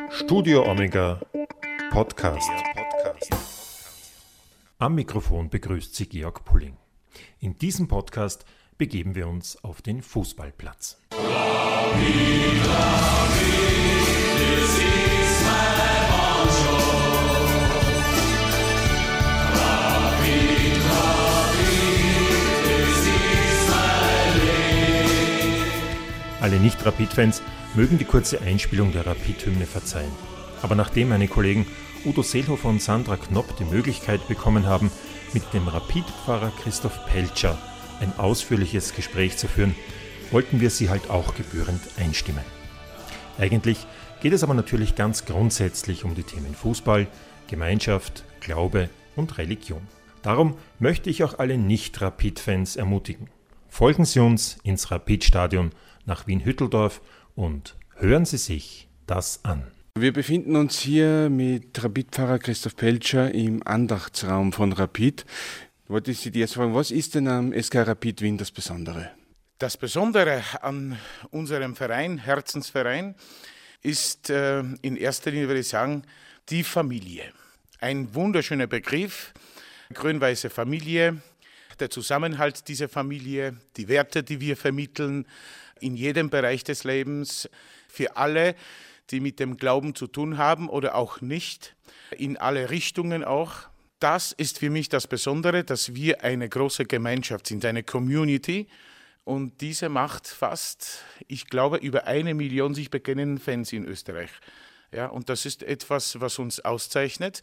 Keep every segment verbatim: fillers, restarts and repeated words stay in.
Studio Omega Podcast. Am Mikrofon begrüßt Sie Georg Pulling. In diesem Podcast begeben wir uns auf den Fußballplatz. Rapid, Rapid, this is my Rapid, Rapid, this is my Alle Nicht-Rapid-Fans mögen die kurze Einspielung der Rapid-Hymne verzeihen. Aber nachdem meine Kollegen Udo Seelhofer und Sandra Knopp die Möglichkeit bekommen haben, mit dem Rapid-Pfarrer Christoph Peltscher ein ausführliches Gespräch zu führen, wollten wir sie halt auch gebührend einstimmen. Eigentlich geht es aber natürlich ganz grundsätzlich um die Themen Fußball, Gemeinschaft, Glaube und Religion. Darum möchte ich auch alle Nicht-Rapid-Fans ermutigen. Folgen Sie uns ins Rapid-Stadion nach Wien-Hütteldorf und hören Sie sich das an. Wir befinden uns hier mit Rapid-Pfarrer Christoph Peltscher im Andachtsraum von Rapid. Ich wollte Sie jetzt fragen, was ist denn am S K Rapid Wien das Besondere? Das Besondere an unserem Verein, Herzensverein, ist äh, in erster Linie, würde ich sagen, die Familie. Ein wunderschöner Begriff, grün-weiße Familie, der Zusammenhalt dieser Familie, die Werte, die wir vermitteln, in jedem Bereich des Lebens, für alle, die mit dem Glauben zu tun haben oder auch nicht, in alle Richtungen auch. Das ist für mich das Besondere, dass wir eine große Gemeinschaft sind, eine Community. Und diese macht fast, ich glaube, über eine Million sich bekennenden Fans in Österreich. Ja, und das ist etwas, was uns auszeichnet.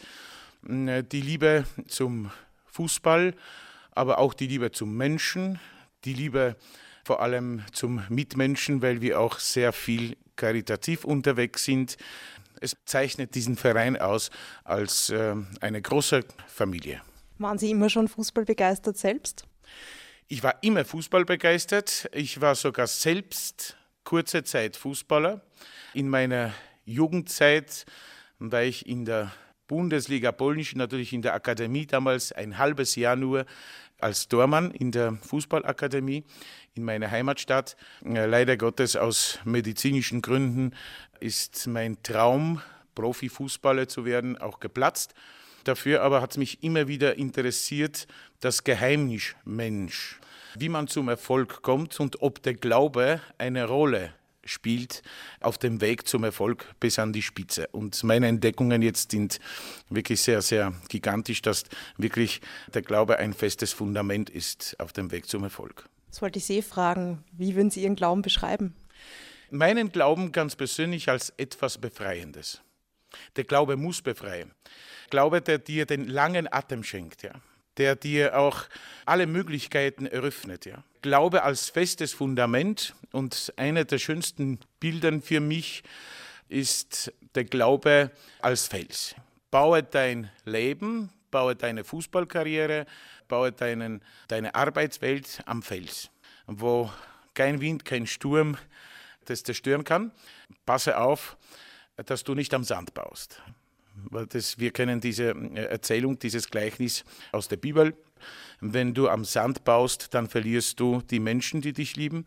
Die Liebe zum Fußball, aber auch die Liebe zum Menschen, die Liebe vor allem zum Mitmenschen, weil wir auch sehr viel karitativ unterwegs sind. Es zeichnet diesen Verein aus als äh, eine große Familie. Waren Sie immer schon fußballbegeistert selbst? Ich war immer fußballbegeistert. Ich war sogar selbst kurze Zeit Fußballer. In meiner Jugendzeit war ich in der Bundesliga Polnisch, natürlich in der Akademie, damals ein halbes Jahr nur als Tormann in der Fußballakademie in meiner Heimatstadt. Leider Gottes aus medizinischen Gründen ist mein Traum, Profifußballer zu werden, auch geplatzt. Dafür aber hat es mich immer wieder interessiert, das Geheimnis Mensch, wie man zum Erfolg kommt und ob der Glaube eine Rolle spielt auf dem Weg zum Erfolg bis an die Spitze. Und meine Entdeckungen jetzt sind wirklich sehr, sehr gigantisch, dass wirklich der Glaube ein festes Fundament ist auf dem Weg zum Erfolg. Das wollte ich Sie fragen, wie würden Sie Ihren Glauben beschreiben? Meinen Glauben ganz persönlich als etwas Befreiendes. Der Glaube muss befreien. Glaube, der dir den langen Atem schenkt, ja, der dir auch alle Möglichkeiten eröffnet. Ja. Glaube als festes Fundament, und einer der schönsten Bilder für mich ist der Glaube als Fels. Baue dein Leben, baue deine Fußballkarriere, baue deinen, deine Arbeitswelt am Fels, wo kein Wind, kein Sturm das zerstören kann. Passe auf, dass du nicht am Sand baust. Weil das, wir kennen diese Erzählung, dieses Gleichnis aus der Bibel. Wenn du am Sand baust, dann verlierst du die Menschen, die dich lieben.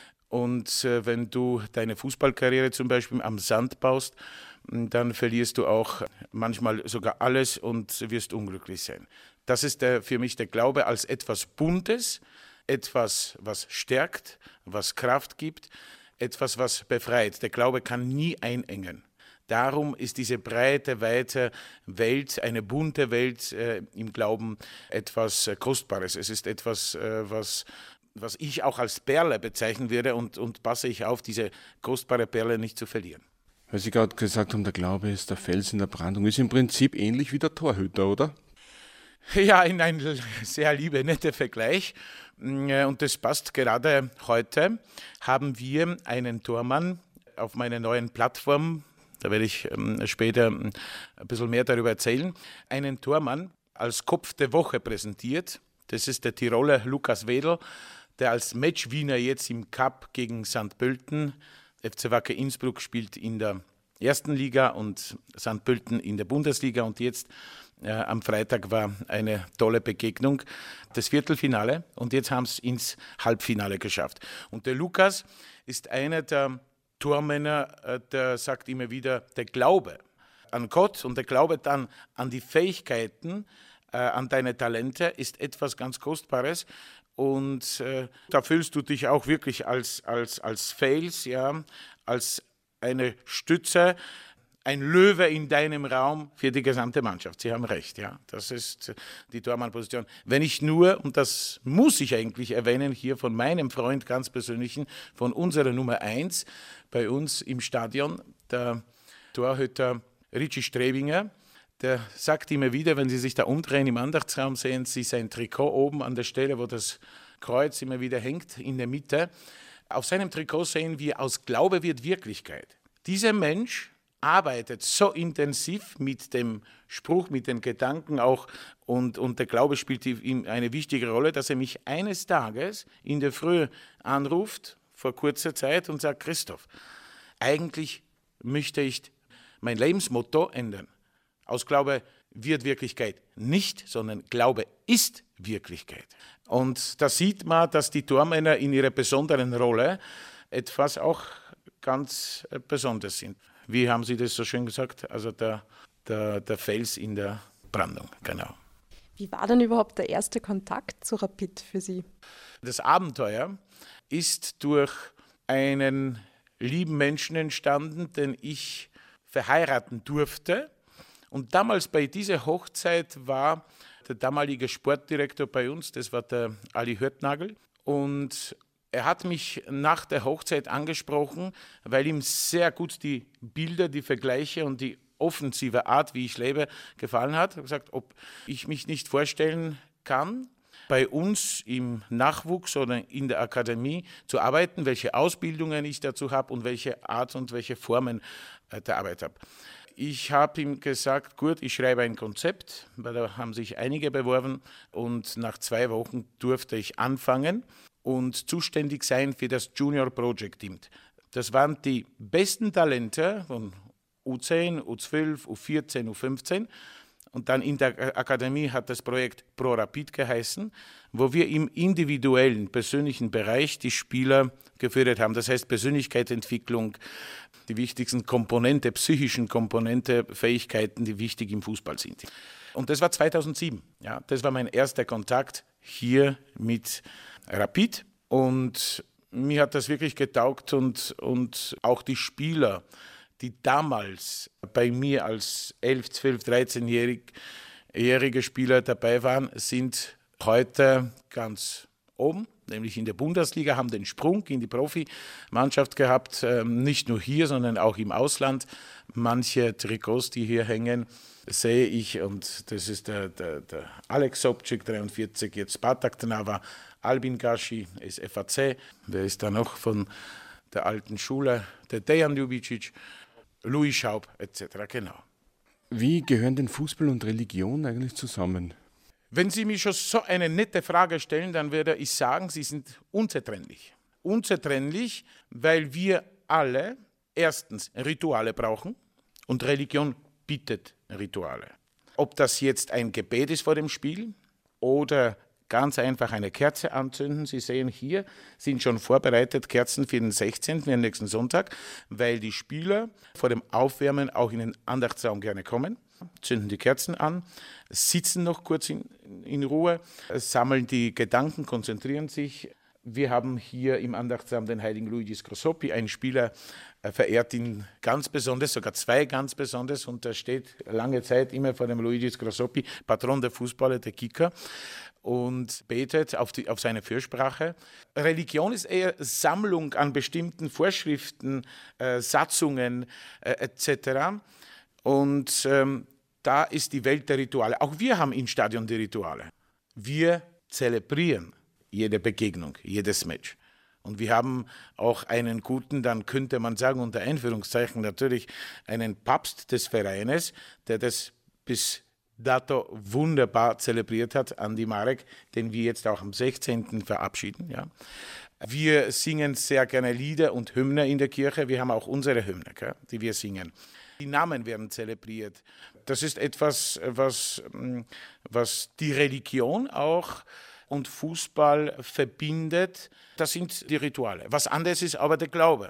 Und äh, wenn du deine Fußballkarriere zum Beispiel am Sand baust, dann verlierst du auch manchmal sogar alles und wirst unglücklich sein. Das ist der, für mich der Glaube als etwas Buntes, etwas, was stärkt, was Kraft gibt, etwas, was befreit. Der Glaube kann nie einengen. Darum ist diese breite, weite Welt, eine bunte Welt äh, im Glauben etwas äh, Kostbares. Es ist etwas, äh, was, was ich auch als Perle bezeichnen würde, und, und passe ich auf, diese kostbare Perle nicht zu verlieren. Weil Sie gerade gesagt haben, der Glaube ist der Fels in der Brandung. Ist im Prinzip ähnlich wie der Torhüter, oder? Ja, ein, ein sehr lieber, netter Vergleich. Und das passt gerade heute. Haben wir einen Tormann auf meiner neuen Plattform, da werde ich ähm, später ein bisschen mehr darüber erzählen, einen Tormann als Kopf der Woche präsentiert. Das ist der Tiroler Lukas Wedel, der als Matchwinner jetzt im Cup gegen Sankt Pölten, F C Wacker Innsbruck spielt in der ersten Liga und Sankt Pölten in der Bundesliga, und jetzt äh, am Freitag war eine tolle Begegnung, das Viertelfinale, und jetzt haben sie ins Halbfinale geschafft. Und der Lukas ist einer der Tormänner, der sagt immer wieder, der Glaube an Gott und der Glaube dann an die Fähigkeiten, äh, an deine Talente ist etwas ganz Kostbares. Und äh, da fühlst du dich auch wirklich als, als, als Fels, ja, als eine Stütze, ein Löwe in deinem Raum für die gesamte Mannschaft. Sie haben recht, ja. Das ist die Tormannposition. Wenn ich nur, und das muss ich eigentlich erwähnen, hier von meinem Freund ganz persönlichen, von unserer Nummer eins bei uns im Stadion, der Torhüter Richie Strebinger, der sagt immer wieder, wenn Sie sich da umdrehen im Andachtsraum, sehen Sie sein Trikot oben an der Stelle, wo das Kreuz immer wieder hängt, in der Mitte. Auf seinem Trikot sehen wir, aus Glaube wird Wirklichkeit. Dieser Mensch arbeitet so intensiv mit dem Spruch, mit den Gedanken auch und, und der Glaube spielt ihm eine wichtige Rolle, dass er mich eines Tages in der Früh anruft, vor kurzer Zeit, und sagt, Christoph, eigentlich möchte ich mein Lebensmotto ändern. Aus Glaube wird Wirklichkeit nicht, sondern Glaube ist Wirklichkeit. Und da sieht man, dass die Tormänner in ihrer besonderen Rolle etwas auch ganz Besonderes sind. Wie haben Sie das so schön gesagt? Also der, der, der Fels in der Brandung, genau. Wie war denn überhaupt der erste Kontakt zu Rapid für Sie? Das Abenteuer ist durch einen lieben Menschen entstanden, den ich verheiraten durfte. Und damals bei dieser Hochzeit war der damalige Sportdirektor bei uns, das war der Ali Hörtnagel. Und er hat mich nach der Hochzeit angesprochen, weil ihm sehr gut die Bilder, die Vergleiche und die offensive Art, wie ich lebe, gefallen hat. Er hat gesagt, ob ich mich nicht vorstellen kann, bei uns im Nachwuchs oder in der Akademie zu arbeiten, welche Ausbildungen ich dazu habe und welche Art und welche Formen der Arbeit habe. Ich habe ihm gesagt, gut, ich schreibe ein Konzept, weil da haben sich einige beworben und nach zwei Wochen durfte ich anfangen und zuständig sein für das Junior Project Team. Das waren die besten Talente von U zehn, U zwölf, U vierzehn, U fünfzehn. Und dann in der Akademie hat das Projekt Pro Rapid geheißen, wo wir im individuellen, persönlichen Bereich die Spieler gefördert haben. Das heißt Persönlichkeitsentwicklung, die wichtigsten Komponente, psychischen Komponente, Fähigkeiten, die wichtig im Fußball sind. Und das war zweitausendsieben. Ja, das war mein erster Kontakt hier mit Rapid. Und mir hat das wirklich getaugt und, und auch die Spieler, die damals bei mir als elf-, zwölf-, dreizehnjährige Spieler dabei waren, sind heute ganz oben, nämlich in der Bundesliga, haben den Sprung in die Profimannschaft gehabt, nicht nur hier, sondern auch im Ausland. Manche Trikots, die hier hängen, sehe ich, und das ist der, der, der Alex Sobczyk, dreiundvierzig, jetzt Spartak Trnava, Albin Gashi, ist F A C, wer ist da noch von der alten Schule, der Dejan Ljubicic, Louis Schaub et cetera. Genau. Wie gehören denn Fußball und Religion eigentlich zusammen? Wenn Sie mir schon so eine nette Frage stellen, dann werde ich sagen, sie sind unzertrennlich. Unzertrennlich, weil wir alle erstens Rituale brauchen und Religion bietet Rituale. Ob das jetzt ein Gebet ist vor dem Spiel oder ganz einfach eine Kerze anzünden. Sie sehen, hier sind schon vorbereitet Kerzen für den sechzehnten, für den nächsten Sonntag, weil die Spieler vor dem Aufwärmen auch in den Andachtsraum gerne kommen, zünden die Kerzen an, sitzen noch kurz in, in Ruhe, sammeln die Gedanken, konzentrieren sich. Wir haben hier im Andachtsraum den heiligen Luigi Scrosoppi, ein Spieler, verehrt ihn ganz besonders, sogar zwei ganz besonders, und er steht lange Zeit immer vor dem Luigi Scrosoppi, Patron der Fußballer, der Kicker, und betet auf, die, auf seine Fürsprache. Religion ist eher Sammlung an bestimmten Vorschriften, äh, Satzungen äh, et cetera. Und ähm, da ist die Welt der Rituale. Auch wir haben im Stadion die Rituale. Wir zelebrieren jede Begegnung, jedes Match. Und wir haben auch einen guten, dann könnte man sagen, unter Einführungszeichen natürlich, einen Papst des Vereines, der das bis dato wunderbar zelebriert hat, Andi Marek, den wir jetzt auch am sechzehnten verabschieden. Ja. Wir singen sehr gerne Lieder und Hymnen in der Kirche. Wir haben auch unsere Hymnen, gell, die wir singen. Die Namen werden zelebriert. Das ist etwas, was, was die Religion auch und Fußball verbindet. Das sind die Rituale. Was anderes ist aber der Glaube.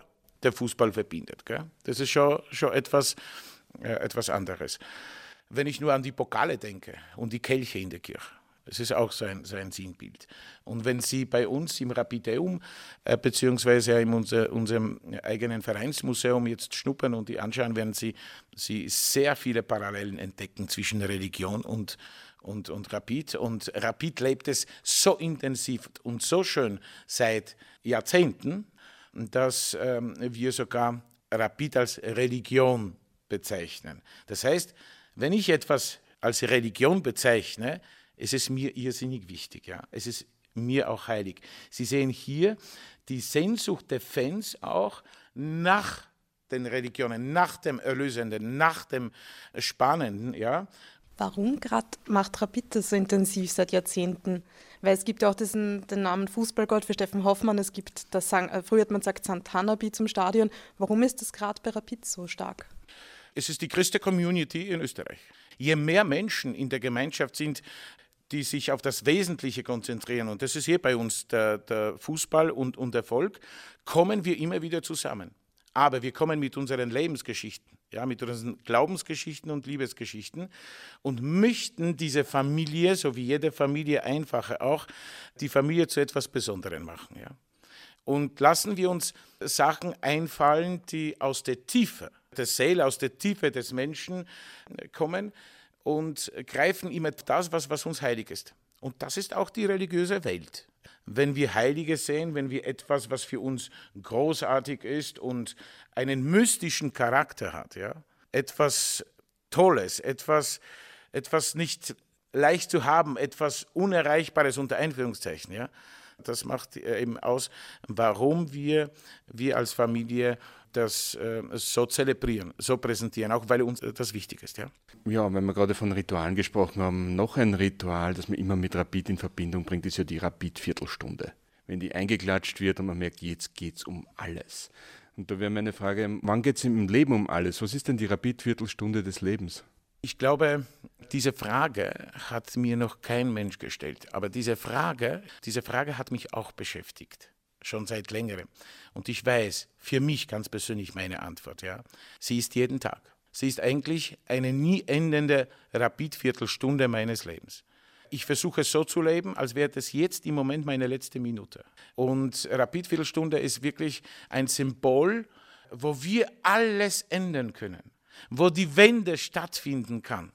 der Fußball verbindet. Gell? Das ist schon, schon etwas, äh, etwas anderes. Wenn ich nur an die Pokale denke und die Kelche in der Kirche, das ist auch so ein, so ein Sinnbild. Und wenn Sie bei uns im Rapideum äh, beziehungsweise in unser, unserem eigenen Vereinsmuseum jetzt schnuppern und die anschauen, werden Sie, Sie sehr viele Parallelen entdecken zwischen Religion und, und, und Rapid. Und Rapid lebt es so intensiv und so schön seit Jahrzehnten, dass ähm, wir sogar Rapid als Religion bezeichnen. Das heißt, wenn ich etwas als Religion bezeichne, es ist mir irrsinnig wichtig, ja. Es ist mir auch heilig. Sie sehen hier die Sehnsucht der Fans auch nach den Religionen, nach dem Erlösenden, nach dem Spannenden, ja. Warum gerade macht Rapid das so intensiv seit Jahrzehnten? Weil es gibt ja auch diesen, den Namen Fußballgott für Steffen Hoffmann, es gibt das, früher hat man gesagt Santana-Bi zum Stadion. Warum ist das gerade bei Rapid so stark? Es ist die größte Community in Österreich. Je mehr Menschen in der Gemeinschaft sind, die sich auf das Wesentliche konzentrieren, und das ist hier bei uns der, der Fußball und, und Erfolg, kommen wir immer wieder zusammen. Aber wir kommen mit unseren Lebensgeschichten, ja, mit unseren Glaubensgeschichten und Liebesgeschichten und möchten diese Familie, so wie jede Familie einfacher auch, die Familie zu etwas Besonderem machen. Ja. Und lassen wir uns Sachen einfallen, die aus der Tiefe der Seele, aus der Tiefe des Menschen kommen und greifen immer das, was, was uns heilig ist. Und das ist auch die religiöse Welt. Wenn wir Heilige sehen, wenn wir etwas, was für uns großartig ist und einen mystischen Charakter hat, ja, etwas Tolles, etwas, etwas nicht leicht zu haben, etwas Unerreichbares unter Einführungszeichen, ja, das macht eben aus, warum wir, wir als Familie das äh, so zelebrieren, so präsentieren, auch weil uns das wichtig ist. Ja, ja, wenn wir gerade von Ritualen gesprochen haben, noch ein Ritual, das man immer mit Rapid in Verbindung bringt, ist ja die Rapid-Viertelstunde. Wenn die eingeklatscht wird und man merkt, jetzt geht es um alles. Und da wäre meine Frage, wann geht es im Leben um alles? Was ist denn die Rapid-Viertelstunde des Lebens? Ich glaube, diese Frage hat mir noch kein Mensch gestellt, aber diese Frage, diese Frage hat mich auch beschäftigt. Schon seit längerem. Und ich weiß, für mich ganz persönlich meine Antwort, ja, sie ist jeden Tag. Sie ist eigentlich eine nie endende Rapid-Viertelstunde meines Lebens. Ich versuche es so zu leben, als wäre das jetzt im Moment meine letzte Minute. Und Rapid-Viertelstunde ist wirklich ein Symbol, wo wir alles ändern können, wo die Wende stattfinden kann.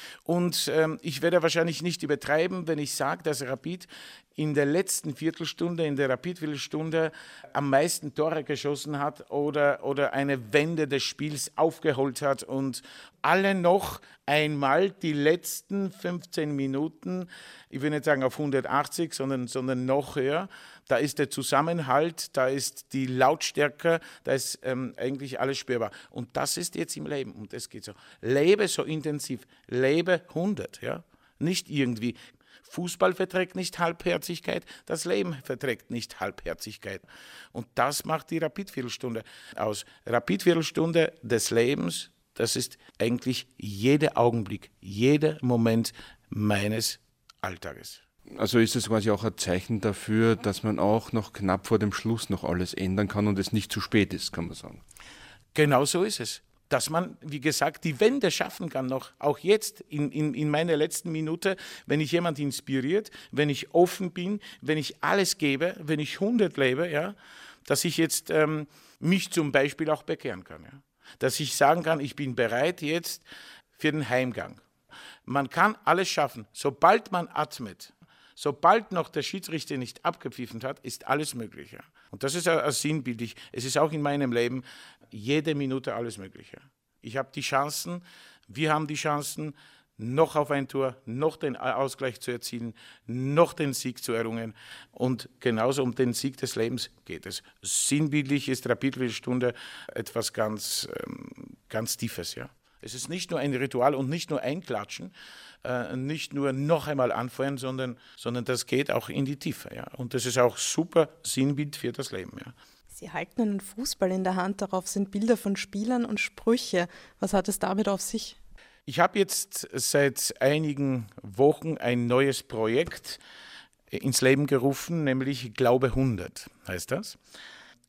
Und ähm, ich werde wahrscheinlich nicht übertreiben, wenn ich sage, dass Rapid in der letzten Viertelstunde, in der Rapid-Viertelstunde am meisten Tore geschossen hat oder, oder eine Wende des Spiels aufgeholt hat und alle noch einmal die letzten fünfzehn Minuten, ich will nicht sagen auf hundertachtzig, sondern, sondern noch höher, da ist der Zusammenhalt, da ist die Lautstärke, da ist ähm, eigentlich alles spürbar. Und das ist jetzt im Leben und es geht so. Lebe so intensiv, lebe hundert, ja, nicht irgendwie. Fußball verträgt nicht Halbherzigkeit, das Leben verträgt nicht Halbherzigkeit. Und das macht die Rapid-Viertelstunde aus. Rapid-Viertelstunde des Lebens, das ist eigentlich jeder Augenblick, jeder Moment meines Alltages. Also ist es quasi auch ein Zeichen dafür, dass man auch noch knapp vor dem Schluss noch alles ändern kann und es nicht zu spät ist, kann man sagen. Genau so ist es. Dass man, wie gesagt, die Wende schaffen kann, noch auch jetzt in, in, in meiner letzten Minute, wenn ich jemand inspiriert, wenn ich offen bin, wenn ich alles gebe, wenn ich hundert lebe, ja, dass ich jetzt ähm, mich zum Beispiel auch bekehren kann. Ja. Dass ich sagen kann, ich bin bereit jetzt für den Heimgang. Man kann alles schaffen, sobald man atmet. Sobald noch der Schiedsrichter nicht abgepfiffen hat, ist alles möglich. Ja. Und das ist auch sinnbildlich. Es ist auch in meinem Leben jede Minute alles Mögliche. Ich habe die Chancen, wir haben die Chancen, noch auf ein Tor, noch den Ausgleich zu erzielen, noch den Sieg zu errungen. Und genauso um den Sieg des Lebens geht es. Sinnbildlich ist Rapid-Viertelstunde etwas ganz, ganz Tiefes. Ja. Es ist nicht nur ein Ritual und nicht nur einklatschen, äh, nicht nur noch einmal anfeuern, sondern, sondern das geht auch in die Tiefe. Ja. Und das ist auch super Sinnbild für das Leben. Ja. Sie halten einen Fußball in der Hand, darauf sind Bilder von Spielern und Sprüche. Was hat es damit auf sich? Ich habe jetzt seit einigen Wochen ein neues Projekt ins Leben gerufen, nämlich Glaube hundert heißt das.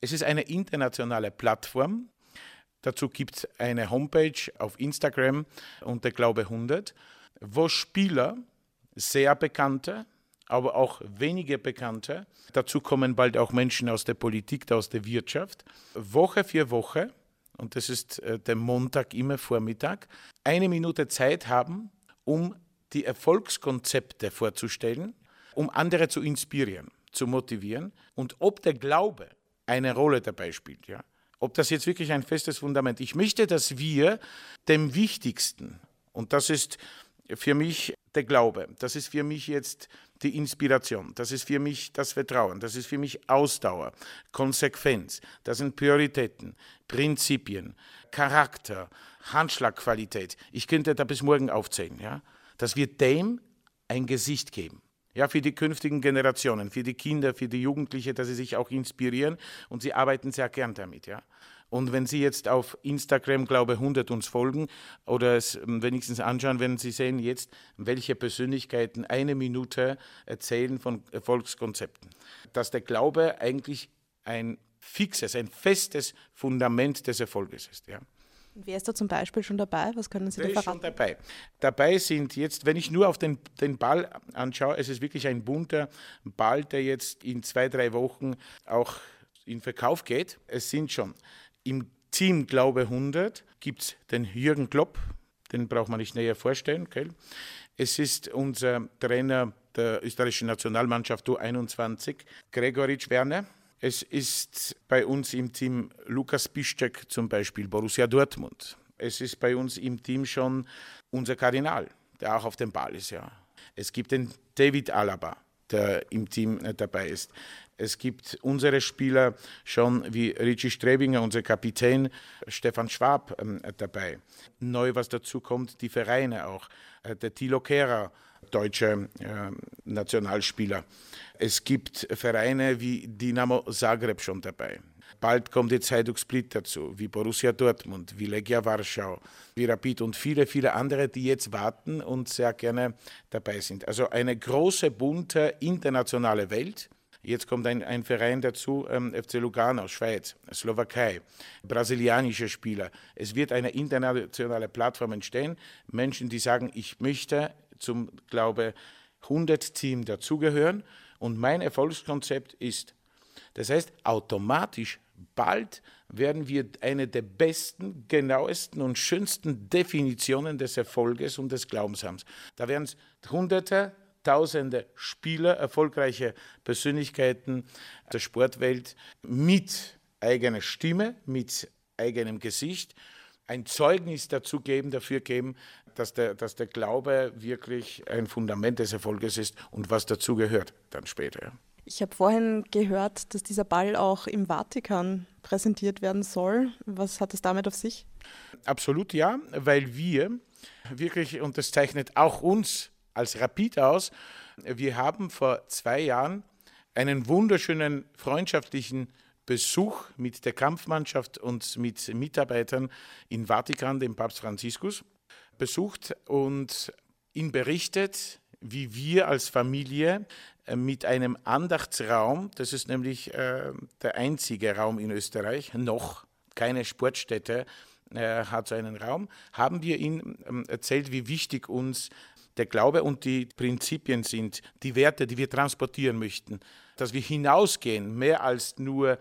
Es ist eine internationale Plattform. Dazu gibt es eine Homepage auf Instagram unter Glaube hundert, wo Spieler, sehr bekannte, aber auch weniger bekannte, dazu kommen bald auch Menschen aus der Politik, aus der Wirtschaft, Woche für Woche, und das ist äh, der Montag immer Vormittag, eine Minute Zeit haben, um die Erfolgskonzepte vorzustellen, um andere zu inspirieren, zu motivieren und ob der Glaube eine Rolle dabei spielt, ja. Ob das jetzt wirklich ein festes Fundament ist. Ich möchte, dass wir dem Wichtigsten, und das ist für mich der Glaube, das ist für mich jetzt die Inspiration, das ist für mich das Vertrauen, das ist für mich Ausdauer, Konsequenz, das sind Prioritäten, Prinzipien, Charakter, Handschlagqualität. Ich könnte da bis morgen aufzählen, ja, dass wir dem ein Gesicht geben. Ja, für die künftigen Generationen, für die Kinder, für die Jugendlichen, dass sie sich auch inspirieren und sie arbeiten sehr gern damit, ja. Und wenn Sie jetzt auf Instagram Glaube hundert uns folgen oder es wenigstens anschauen, werden Sie sehen jetzt, welche Persönlichkeiten eine Minute erzählen von Erfolgskonzepten. Dass der Glaube eigentlich ein fixes, ein festes Fundament des Erfolges ist, ja. Wer ist da zum Beispiel schon dabei? Was können Sie da Wer ist verraten? schon dabei? Dabei sind jetzt, wenn ich nur auf den, den Ball anschaue, es ist wirklich ein bunter Ball, der jetzt in zwei, drei Wochen auch in Verkauf geht. Es sind schon im Team Glaube hundert gibt es den Jürgen Klopp, den braucht man nicht näher vorstellen. Okay? Es ist unser Trainer der österreichischen Nationalmannschaft U einundzwanzig, Gregoritsch Werner. Es ist bei uns im Team Lukas Piszczek zum Beispiel, Borussia Dortmund. Es ist bei uns im Team schon unser Kardinal, der auch auf dem Ball ist. Ja. Es gibt den David Alaba, der im Team dabei ist. Es gibt unsere Spieler schon wie Richie Strebinger, unser Kapitän, Stefan Schwab ähm, dabei. Neu, was dazu kommt, die Vereine auch. Äh, der Thilo Kehrer, deutscher äh, Nationalspieler. Es gibt Vereine wie Dinamo Zagreb schon dabei. Bald kommt jetzt Hajduk Split dazu, wie Borussia Dortmund, wie Legia Warschau, wie Rapid und viele, viele andere, die jetzt warten und sehr gerne dabei sind. Also eine große, bunte, internationale Welt. Jetzt kommt ein, ein Verein dazu, ähm, F C Lugano, Schweiz, Slowakei, brasilianische Spieler. Es wird eine internationale Plattform entstehen. Menschen, die sagen, ich möchte zum, glaube hundert Team dazugehören und mein Erfolgskonzept ist. Das heißt, automatisch bald werden wir eine der besten, genauesten und schönsten Definitionen des Erfolges und des Glaubens haben. Da werden es Hunderte, Tausende Spieler, erfolgreiche Persönlichkeiten der Sportwelt mit eigener Stimme, mit eigenem Gesicht, ein Zeugnis dazu geben, dafür geben, dass der, dass der Glaube wirklich ein Fundament des Erfolges ist und was dazu gehört dann später. Ja. Ich habe vorhin gehört, dass dieser Ball auch im Vatikan präsentiert werden soll. Was hat es damit auf sich? Absolut ja, weil wir wirklich, und das zeichnet auch uns als Rapid aus, wir haben vor zwei Jahren einen wunderschönen freundschaftlichen Besuch mit der Kampfmannschaft und mit Mitarbeitern in Vatikan, dem Papst Franziskus, besucht und ihn berichtet, wie wir als Familie mit einem Andachtsraum, das ist nämlich äh, der einzige Raum in Österreich, noch keine Sportstätte äh, hat so einen Raum, haben wir ihm äh, erzählt, wie wichtig uns der Glaube und die Prinzipien sind, die Werte, die wir transportieren möchten, dass wir hinausgehen, mehr als nur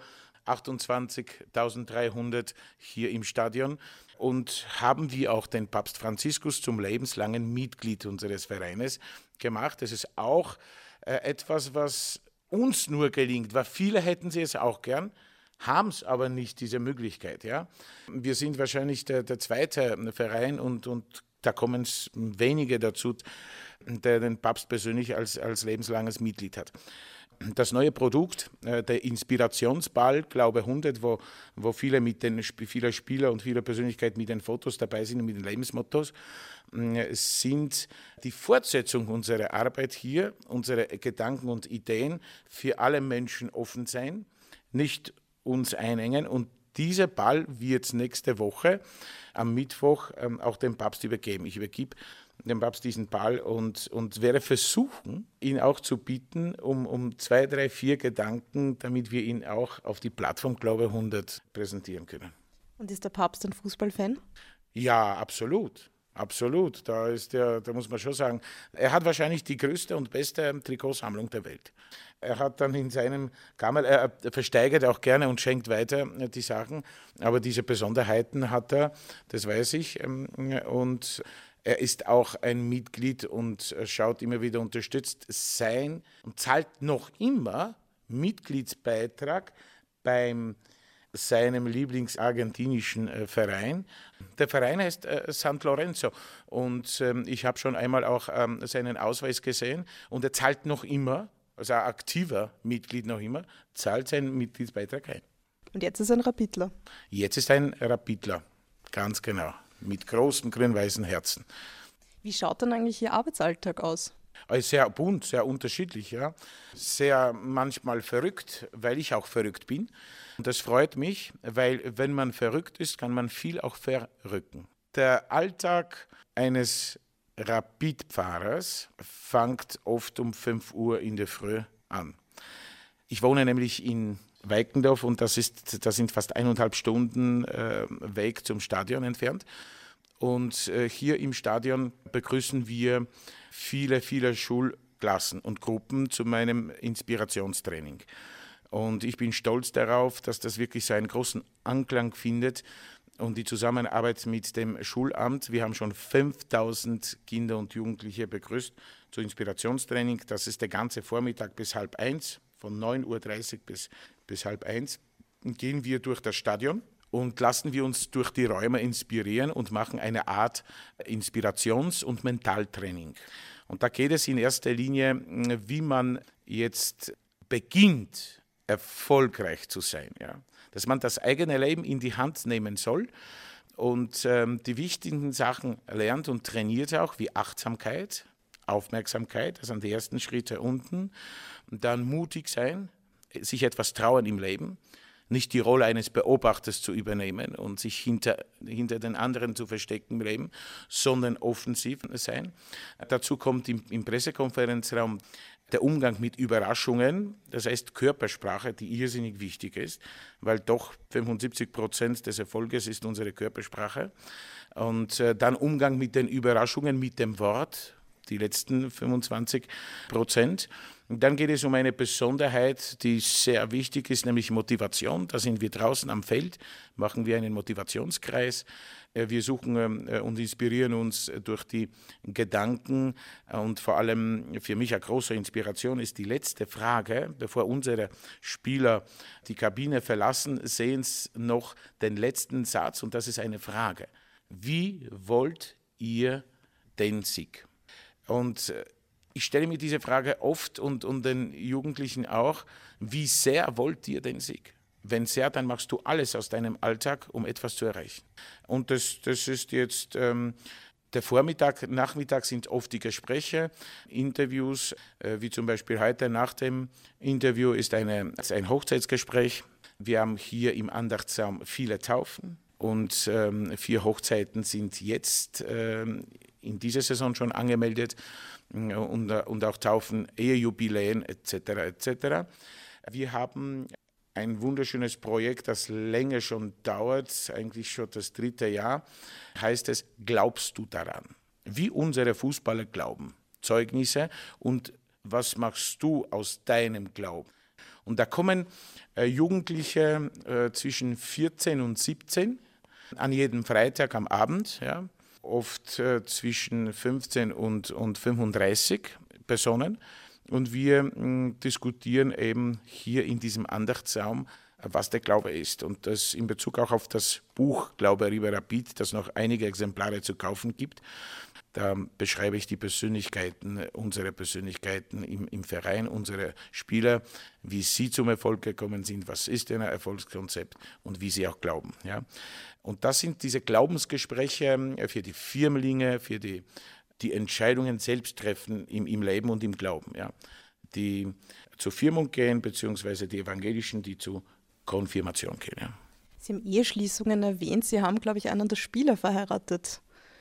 achtundzwanzigtausenddreihundert hier im Stadion, und haben wir auch den Papst Franziskus zum lebenslangen Mitglied unseres Vereines gemacht. Das ist auch äh, etwas, was uns nur gelingt, weil viele hätten sie es auch gern, haben es aber nicht, diese Möglichkeit. Ja? Wir sind wahrscheinlich der, der zweite Verein und, und da kommen es wenige dazu, der den Papst persönlich als, als lebenslanges Mitglied hat. Das neue Produkt, äh, der Inspirationsball, Glaube hundert, wo, wo viele, mit den, viele Spieler und viele Persönlichkeiten mit den Fotos dabei sind und mit den Lebensmottos, äh, sind die Fortsetzung unserer Arbeit hier, unsere Gedanken und Ideen für alle Menschen offen sein, nicht uns einengen, und dieser Ball wird nächste Woche am Mittwoch ähm, auch dem Papst übergeben. Ich übergebe dem Papst diesen Ball und, und werde versuchen, ihn auch zu bieten, um, um zwei, drei, vier Gedanken, damit wir ihn auch auf die Plattform Glaube hundert präsentieren können. Und ist der Papst ein Fußballfan? Ja, absolut. Absolut. Da ist der, da muss man schon sagen, er hat wahrscheinlich die größte und beste Trikotsammlung der Welt. Er hat dann in seinem Kammer, er versteigert auch gerne und schenkt weiter die Sachen, aber diese Besonderheiten hat er, das weiß ich. Und er ist auch ein Mitglied und schaut immer wieder, unterstützt sein und zahlt noch immer Mitgliedsbeitrag beim seinem lieblingsargentinischen äh, Verein. Der Verein heißt äh, San Lorenzo und ähm, ich habe schon einmal auch ähm, seinen Ausweis gesehen und er zahlt noch immer, also ein aktiver Mitglied noch immer, zahlt seinen Mitgliedsbeitrag ein. Und jetzt ist er ein Rapidler. Jetzt ist er ein Rapidler, ganz genau, mit großem grün-weißen Herzen. Wie schaut dann eigentlich Ihr Arbeitsalltag aus? Also sehr bunt, sehr unterschiedlich, ja. Sehr manchmal verrückt, weil ich auch verrückt bin. Und das freut mich, weil wenn man verrückt ist, kann man viel auch verrücken. Der Alltag eines Rapid-Fahrers fängt oft um fünf Uhr in der Früh an. Ich wohne nämlich in Weikendorf und das, ist, das sind fast eineinhalb Stunden äh, Weg zum Stadion entfernt. Und äh, hier im Stadion begrüßen wir viele, viele Schulklassen und Gruppen zu meinem Inspirationstraining. Und ich bin stolz darauf, dass das wirklich seinen großen Anklang findet und die Zusammenarbeit mit dem Schulamt. Wir haben schon fünftausend Kinder und Jugendliche begrüßt zu Inspirationstraining. Das ist der ganze Vormittag bis halb eins, von neun Uhr dreißig bis, bis halb eins. Und gehen wir durch das Stadion und lassen wir uns durch die Räume inspirieren und machen eine Art Inspirations- und Mentaltraining. Und da geht es in erster Linie, wie man jetzt beginnt, erfolgreich zu sein. Ja? Dass man das eigene Leben in die Hand nehmen soll und ähm, die wichtigen Sachen lernt und trainiert auch, wie Achtsamkeit, Aufmerksamkeit, das sind die ersten Schritte unten. Und dann mutig sein, sich etwas trauen im Leben, nicht die Rolle eines Beobachters zu übernehmen und sich hinter, hinter den anderen zu verstecken im Leben, sondern offensiv sein. Dazu kommt im, im Pressekonferenzraum der Umgang mit Überraschungen, das heißt Körpersprache, die irrsinnig wichtig ist, weil doch fünfundsiebzig Prozent des Erfolges ist unsere Körpersprache. Und äh, dann Umgang mit den Überraschungen, mit dem Wort, die letzten fünfundzwanzig Prozent. Und dann geht es um eine Besonderheit, die sehr wichtig ist, nämlich Motivation. Da sind wir draußen am Feld, machen wir einen Motivationskreis. Wir suchen und inspirieren uns durch die Gedanken. Und vor allem für mich eine große Inspiration ist die letzte Frage, bevor unsere Spieler die Kabine verlassen, sehen sie noch den letzten Satz. Und das ist eine Frage. Wie wollt ihr den Sieg? Und ich stelle mir diese Frage oft und, und den Jugendlichen auch, wie sehr wollt ihr den Sieg? Wenn sehr, dann machst du alles aus deinem Alltag, um etwas zu erreichen. Und das, das ist jetzt ähm, der Vormittag, Nachmittag sind oft die Gespräche, Interviews, äh, wie zum Beispiel heute nach dem Interview ist eine, ist ein Hochzeitsgespräch. Wir haben hier im Andachtsraum viele Taufen und ähm, vier Hochzeiten sind jetzt ähm, in dieser Saison schon angemeldet. Und, und auch Taufen, Ehejubiläen et cetera et cetera. Wir haben ein wunderschönes Projekt, das länger schon dauert, eigentlich schon das dritte Jahr, heißt es, glaubst du daran? Wie unsere Fußballer glauben, Zeugnisse und was machst du aus deinem Glauben? Und da kommen äh, Jugendliche äh, zwischen vierzehn und siebzehn an jedem Freitag am Abend, ja, oft äh, zwischen fünfzehn und, und fünfunddreißig Personen. Und wir mh, diskutieren eben hier in diesem Andachtsraum, was der Glaube ist. Und das in Bezug auch auf das Buch Glaube River Rapid, das noch einige Exemplare zu kaufen gibt. Da beschreibe ich die Persönlichkeiten, unsere Persönlichkeiten im, im Verein, unsere Spieler, wie sie zum Erfolg gekommen sind, was ist denn ein Erfolgskonzept und wie sie auch glauben. Ja. Und das sind diese Glaubensgespräche für die Firmlinge, für die, die Entscheidungen selbst treffen im, im Leben und im Glauben. Ja. Die zur Firmung gehen, beziehungsweise die Evangelischen, die zur Konfirmation gehen. Ja. Sie haben Eheschließungen erwähnt. Sie haben, glaube ich, einen der Spieler verheiratet.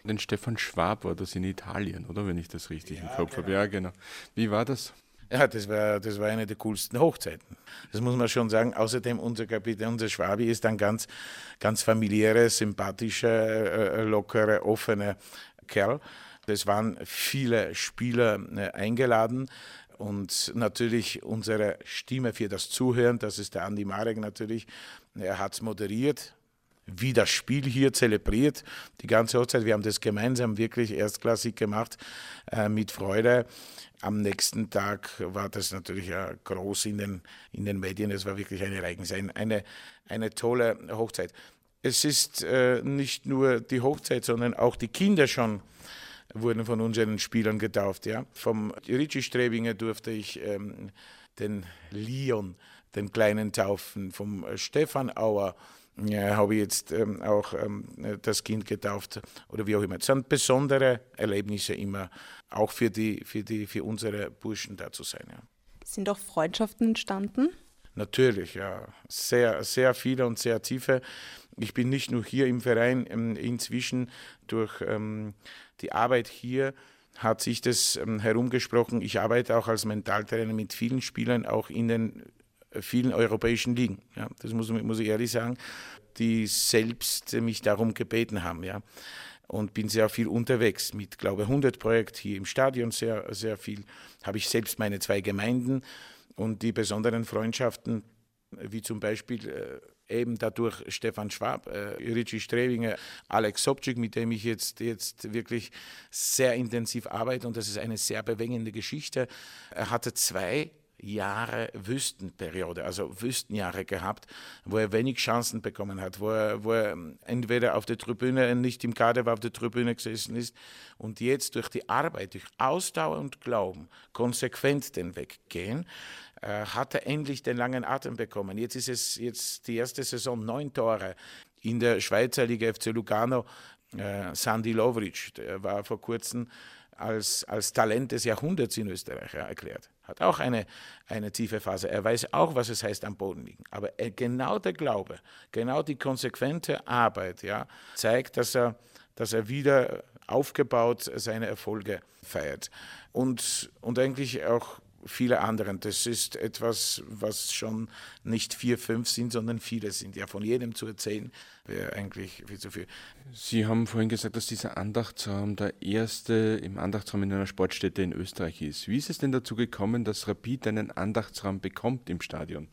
Den Stefan Schwab war das in Italien, oder? Wenn ich das richtig Ja, im Kopf genau. habe. Ja, genau. Wie war das? Ja, das war, das war eine der coolsten Hochzeiten. Das muss man schon sagen. Außerdem unser Kapitän, unser Schwabi ist ein ganz, ganz familiärer, sympathischer, äh, lockerer, offener Kerl. Es waren viele Spieler äh, eingeladen und natürlich unsere Stimme für das Zuhören, das ist der Andi Marek natürlich, er hat es moderiert, wie das Spiel hier zelebriert, die ganze Hochzeit. Wir haben das gemeinsam wirklich erstklassig gemacht, äh, mit Freude. Am nächsten Tag war das natürlich äh, groß in den, in den Medien. Es war wirklich ein Ereignis, ein, eine, eine tolle Hochzeit. Es ist äh, nicht nur die Hochzeit, sondern auch die Kinder schon wurden von unseren Spielern getauft. Ja. Vom Richie Strebinger durfte ich ähm, den Leon, den Kleinen, taufen. Vom äh, Stefan Auer ja, habe ich jetzt ähm, auch ähm, das Kind getauft oder wie auch immer. Es sind besondere Erlebnisse immer, auch für, die, für, die, für unsere Burschen da zu sein. Ja. Sind auch Freundschaften entstanden? Natürlich, ja. Sehr, sehr viele und sehr tiefe. Ich bin nicht nur hier im Verein, ähm, inzwischen durch ähm, die Arbeit hier hat sich das ähm, herumgesprochen. Ich arbeite auch als Mentaltrainer mit vielen Spielern, auch in den vielen europäischen Ligen. Ja, das muss, muss ich ehrlich sagen, die selbst mich darum gebeten haben. Ja. Und bin sehr viel unterwegs mit, glaube ich, hundert Projekt hier im Stadion, sehr, sehr viel. Habe ich selbst meine zwei Gemeinden und die besonderen Freundschaften, wie zum Beispiel äh, eben dadurch Stefan Schwab, äh, Richie Strebinger, Alex Sobczyk, mit dem ich jetzt, jetzt wirklich sehr intensiv arbeite. Und das ist eine sehr bewegende Geschichte. Er hatte zwei Jahre Wüstenperiode, also Wüstenjahre gehabt, wo er wenig Chancen bekommen hat, wo er, wo er entweder auf der Tribüne, nicht im Kader war, auf der Tribüne gesessen ist und jetzt durch die Arbeit, durch Ausdauer und Glauben, konsequent den Weg gehen, äh, hat er endlich den langen Atem bekommen. Jetzt ist es jetzt die erste Saison, neun Tore in der Schweizer Liga F C Lugano. Äh, Sandy Lovric, der war vor kurzem als, als Talent des Jahrhunderts in Österreich ja, erklärt. Hat auch eine, eine tiefe Phase. Er weiß auch, was es heißt, am Boden liegen. Aber er, genau der Glaube, genau die konsequente Arbeit ja, zeigt, dass er, dass er wieder aufgebaut seine Erfolge feiert. Und, und eigentlich auch viele anderen. Das ist etwas, was schon nicht vier, fünf sind, sondern viele sind. Ja, von jedem zu erzählen, wäre eigentlich viel zu viel. Sie haben vorhin gesagt, dass dieser Andachtsraum der erste im Andachtsraum in einer Sportstätte in Österreich ist. Wie ist es denn dazu gekommen, dass Rapid einen Andachtsraum bekommt im Stadion?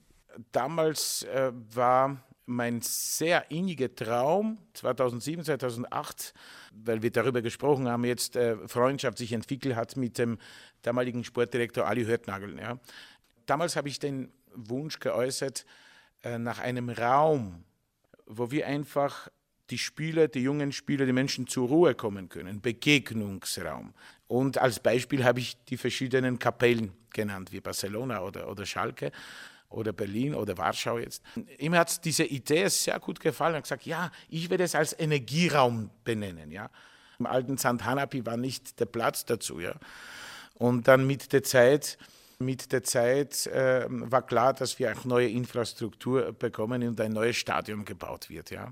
Damals äh, war mein sehr inniger Traum, zweitausendsieben, zweitausendacht, weil wir darüber gesprochen haben, jetzt äh, Freundschaft sich entwickelt hat mit dem damaligen Sportdirektor Ali Hörtnagel. Ja. Damals habe ich den Wunsch geäußert, äh, nach einem Raum, wo wir einfach die Spieler, die jungen Spieler, die Menschen zur Ruhe kommen können, Begegnungsraum. Und als Beispiel habe ich die verschiedenen Kapellen genannt, wie Barcelona oder, oder Schalke oder Berlin oder Warschau jetzt. Ihm hat diese Idee sehr gut gefallen. Er hat gesagt, ja, ich werde es als Energieraum benennen. Ja. Im alten Sankt Hanapi war nicht der Platz dazu. Ja. Und dann mit der Zeit, mit der Zeit äh, war klar, dass wir auch neue Infrastruktur bekommen und ein neues Stadion gebaut wird. Ja.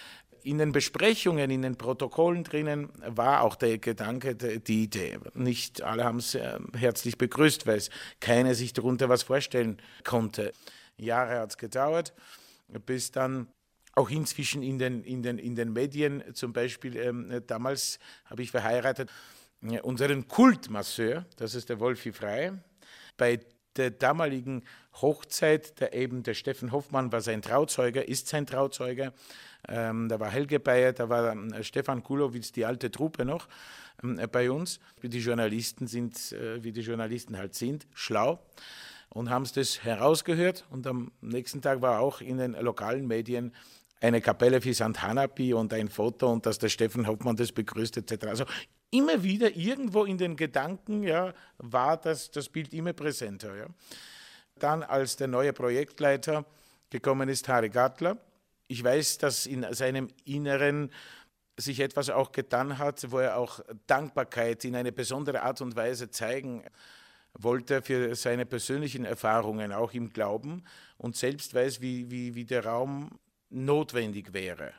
In den Besprechungen, in den Protokollen drinnen war auch der Gedanke, die Idee. Nicht alle haben es herzlich begrüßt, weil es keiner sich darunter was vorstellen konnte. Jahre hat es gedauert, bis dann auch inzwischen in den, in den, in den Medien, zum Beispiel ähm, damals habe ich verheiratet, unseren Kultmasseur, das ist der Wolfi Frey, bei der damaligen Hochzeit, der eben der Steffen Hoffmann war sein Trauzeuge, ist sein Trauzeuge. Ähm, da war Helge Bayer, da war ähm, Stefan Kulowitz, die alte Truppe noch ähm, bei uns. Die Journalisten sind, äh, wie die Journalisten halt sind, schlau und haben es das herausgehört. Und am nächsten Tag war auch in den lokalen Medien eine Kapelle für Sankt Hanapi und ein Foto und dass der Steffen Hoffmann das begrüßt et cetera. Also immer wieder irgendwo in den Gedanken ja, war das, das Bild immer präsenter. Ja. Dann, als der neue Projektleiter gekommen ist, Harry Gattler, ich weiß, dass in seinem Inneren sich etwas auch getan hat, wo er auch Dankbarkeit in eine besondere Art und Weise zeigen wollte für seine persönlichen Erfahrungen, auch im Glauben und selbst weiß, wie, wie, wie der Raum notwendig wäre.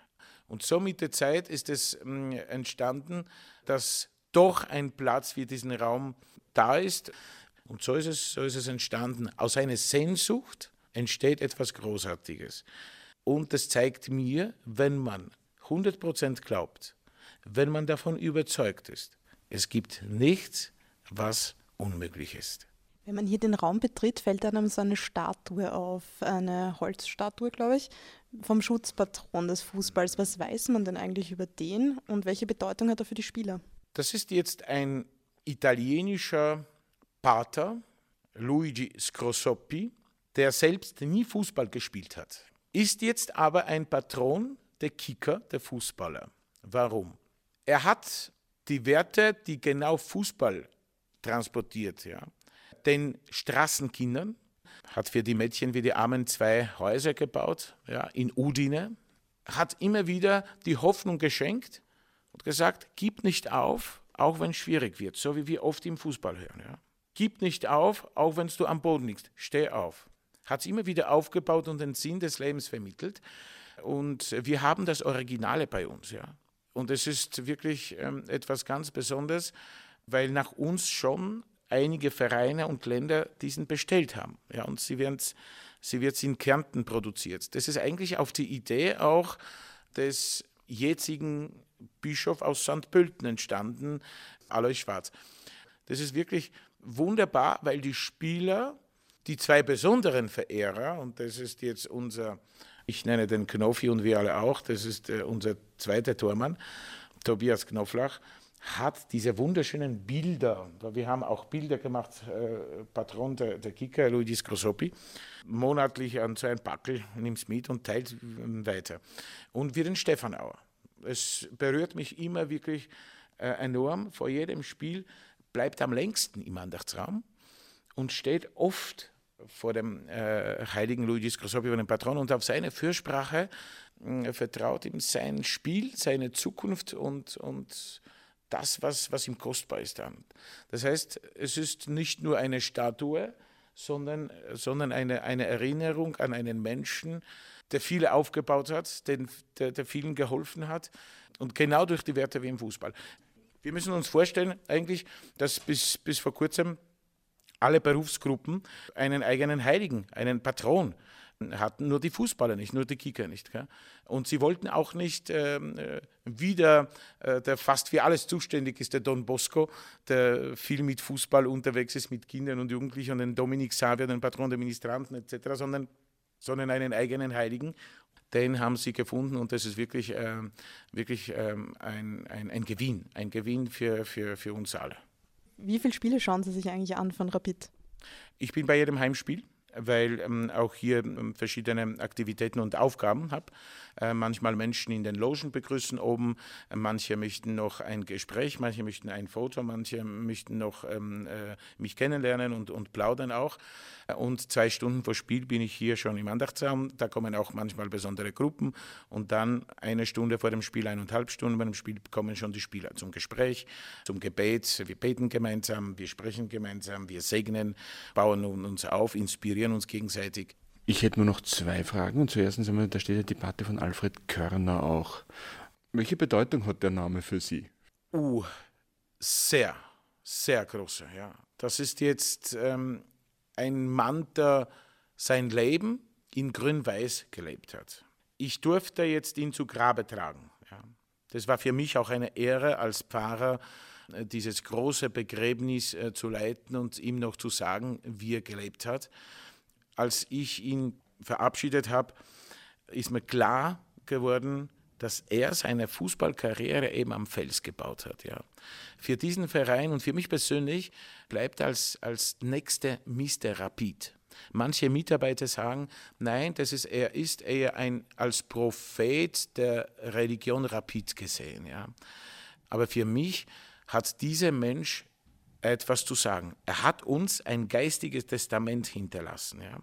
Und so mit der Zeit ist es äh, entstanden, dass doch ein Platz für diesen Raum da ist. Und so ist es, so ist es entstanden. Aus einer Sehnsucht entsteht etwas Großartiges. Und das zeigt mir, wenn man hundert Prozent glaubt, wenn man davon überzeugt ist, es gibt nichts, was unmöglich ist. Wenn man hier den Raum betritt, fällt einem so eine Statue auf, eine Holzstatue, glaube ich, vom Schutzpatron des Fußballs. Was weiß man denn eigentlich über den und welche Bedeutung hat er für die Spieler? Das ist jetzt ein italienischer Pater, Luigi Scrosoppi, der selbst nie Fußball gespielt hat, ist jetzt aber ein Patron der Kicker, der Fußballer. Warum? Er hat die Werte, die genau Fußball transportiert, ja. Den Straßenkindern, hat für die Mädchen wie die Armen zwei Häuser gebaut, ja, in Udine, hat immer wieder die Hoffnung geschenkt und gesagt, gib nicht auf, auch wenn es schwierig wird, so wie wir oft im Fußball hören. Ja. Gib nicht auf, auch wenn du am Boden liegst, steh auf. Hat es immer wieder aufgebaut und den Sinn des Lebens vermittelt. Und wir haben das Originale bei uns. Ja. Und es ist wirklich ähm, etwas ganz Besonderes, weil nach uns schon einige Vereine und Länder diesen bestellt haben. Ja, und sie, sie wird in Kärnten produziert. Das ist eigentlich auf die Idee auch des jetzigen Bischofs aus Sankt Pölten entstanden, Alois Schwarz. Das ist wirklich wunderbar, weil die Spieler, die zwei besonderen Verehrer, und das ist jetzt unser, ich nenne den Knoffi und wir alle auch, das ist äh, unser zweiter Tormann, Tobias Knoflach, hat diese wunderschönen Bilder, wir haben auch Bilder gemacht, äh, Patron der, der Kicker, Luigi Scrosoppi, monatlich an so ein Backel, nimmt es mit und teilt weiter. Und wir den Stefanauer. Es berührt mich immer wirklich äh, enorm, vor jedem Spiel bleibt am längsten im Andachtsraum und steht oft vor dem äh, heiligen Luigi Scrosoppi, vor dem Patron, und auf seine Fürsprache äh, vertraut ihm sein Spiel, seine Zukunft und, und das, was, was ihm kostbar ist dann. Das heißt, es ist nicht nur eine Statue, sondern, sondern eine, eine Erinnerung an einen Menschen, der viele aufgebaut hat, den, der, der vielen geholfen hat und genau durch die Werte wie im Fußball. Wir müssen uns vorstellen eigentlich, dass bis, bis vor kurzem alle Berufsgruppen einen eigenen Heiligen, einen Patron hatten, nur die Fußballer nicht, nur die Kicker nicht. Gell? Und sie wollten auch nicht ähm, wieder, äh, der fast für alles zuständig ist, der Don Bosco, der viel mit Fußball unterwegs ist, mit Kindern und Jugendlichen, und den Dominik Xavier, den Patron der Ministranten et cetera, sondern, sondern einen eigenen Heiligen. Den haben sie gefunden und das ist wirklich, äh, wirklich äh, ein, ein, ein Gewinn, ein Gewinn für, für, für uns alle. Wie viele Spiele schauen Sie sich eigentlich an von Rapid? Ich bin bei jedem Heimspiel, weil ähm, auch hier ähm, verschiedene Aktivitäten und Aufgaben habe. Äh, manchmal Menschen in den Logen begrüßen oben, äh, manche möchten noch ein Gespräch, manche möchten ein Foto, manche möchten noch ähm, äh, mich kennenlernen und, und plaudern auch. Und zwei Stunden vor Spiel bin ich hier schon im Andachtsraum. Da kommen auch manchmal besondere Gruppen. Und dann eine Stunde vor dem Spiel, eineinhalb Stunden vor dem Spiel, kommen schon die Spieler zum Gespräch, zum Gebet. Wir beten gemeinsam, wir sprechen gemeinsam, wir segnen, bauen uns auf, inspirieren uns gegenseitig. Ich hätte nur noch zwei Fragen. Und zuerst einmal, da steht ja die Debatte von Alfred Körner auch. Welche Bedeutung hat der Name für Sie? Uh, sehr, sehr große, ja. Das ist jetzt ähm, ein Mann, der sein Leben in Grün-Weiß gelebt hat. Ich durfte jetzt ihn zu Grabe tragen. Ja. Das war für mich auch eine Ehre, als Pfarrer äh, dieses große Begräbnis äh, zu leiten und ihm noch zu sagen, wie er gelebt hat. Als ich ihn verabschiedet habe, ist mir klar geworden, dass er seine Fußballkarriere eben am Fels gebaut hat. Ja. Für diesen Verein und für mich persönlich bleibt als, als nächste Mister Rapid. Manche Mitarbeiter sagen, nein, das ist, er ist eher ein, als Prophet der Religion Rapid gesehen. Ja. Aber für mich hat dieser Mensch etwas zu sagen. Er hat uns ein geistiges Testament hinterlassen. Ja.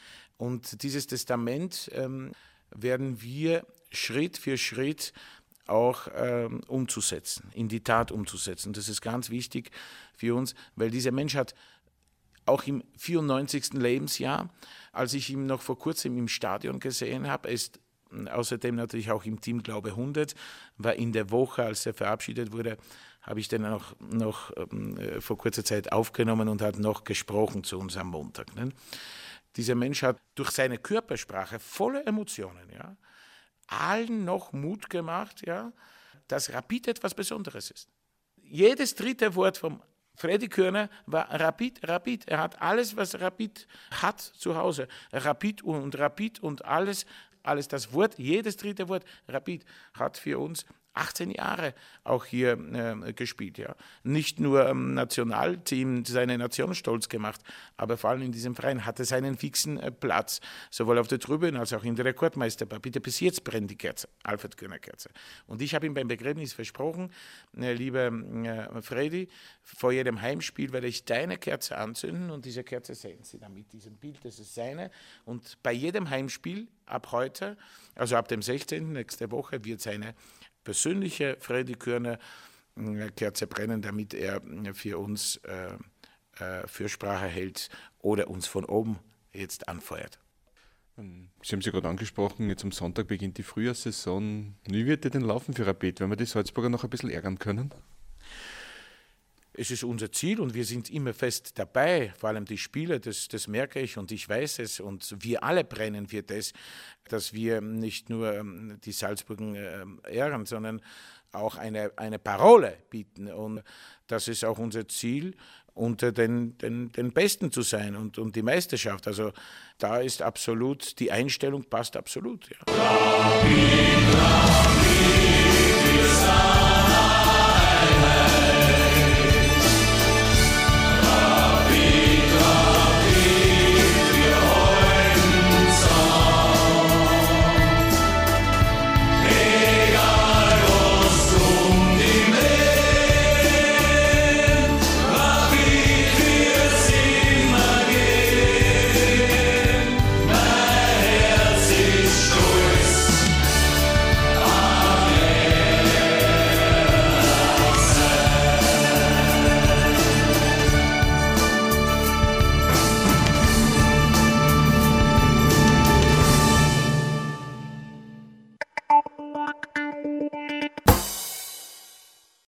Und dieses Testament ähm, werden wir Schritt für Schritt auch ähm, umzusetzen, in die Tat umzusetzen. Das ist ganz wichtig für uns, weil dieser Mensch hat auch im vierundneunzigsten Lebensjahr, als ich ihn noch vor kurzem im Stadion gesehen habe, er ist Außerdem natürlich auch im Team Glaube hundert, war in der Woche, als er verabschiedet wurde, habe ich den auch noch äh, vor kurzer Zeit aufgenommen und hat noch gesprochen zu uns am Montag. Ne? Dieser Mensch hat durch seine Körpersprache volle Emotionen, ja, allen noch Mut gemacht, ja, dass Rapid etwas Besonderes ist. Jedes dritte Wort vom Freddy Körner war Rapid, Rapid. Er hat alles, was Rapid hat zu Hause. Rapid und Rapid und alles, alles das Wort, jedes dritte Wort, Rapid, hat für uns achtzehn Jahre auch hier äh, gespielt. Ja. Nicht nur im Nationalteam seine Nation stolz gemacht, aber vor allem in diesem Verein hatte seinen fixen äh, Platz, sowohl auf der Tribüne als auch in der Rekordmeisterbar. Bitte, bis jetzt brennt die Kerze, Alfred Körner Kerze. Und ich habe ihm beim Begräbnis versprochen, äh, lieber äh, Freddy, vor jedem Heimspiel werde ich deine Kerze anzünden und diese Kerze sehen Sie dann mit diesem Bild, das ist seine. Und bei jedem Heimspiel ab heute, also ab dem sechzehnten nächste Woche, wird seine persönliche Freddy Körner Kerze brennen, damit er für uns äh, äh, Fürsprache hält oder uns von oben jetzt anfeuert. Sie haben sie gerade angesprochen, jetzt am Sonntag beginnt die Frühjahrssaison. Wie wird die denn laufen für Rapid? Werden wir die Salzburger noch ein bisschen ärgern können? Es ist unser Ziel und wir sind immer fest dabei, vor allem die Spieler, das, das merke ich und ich weiß es und wir alle brennen für das, dass wir nicht nur die Salzburger ehren, sondern auch eine, eine Parole bieten und das ist auch unser Ziel, unter den, den, den Besten zu sein und, und die Meisterschaft. Also da ist absolut, die Einstellung passt absolut. Ja. Rapid, Rapid, wir sind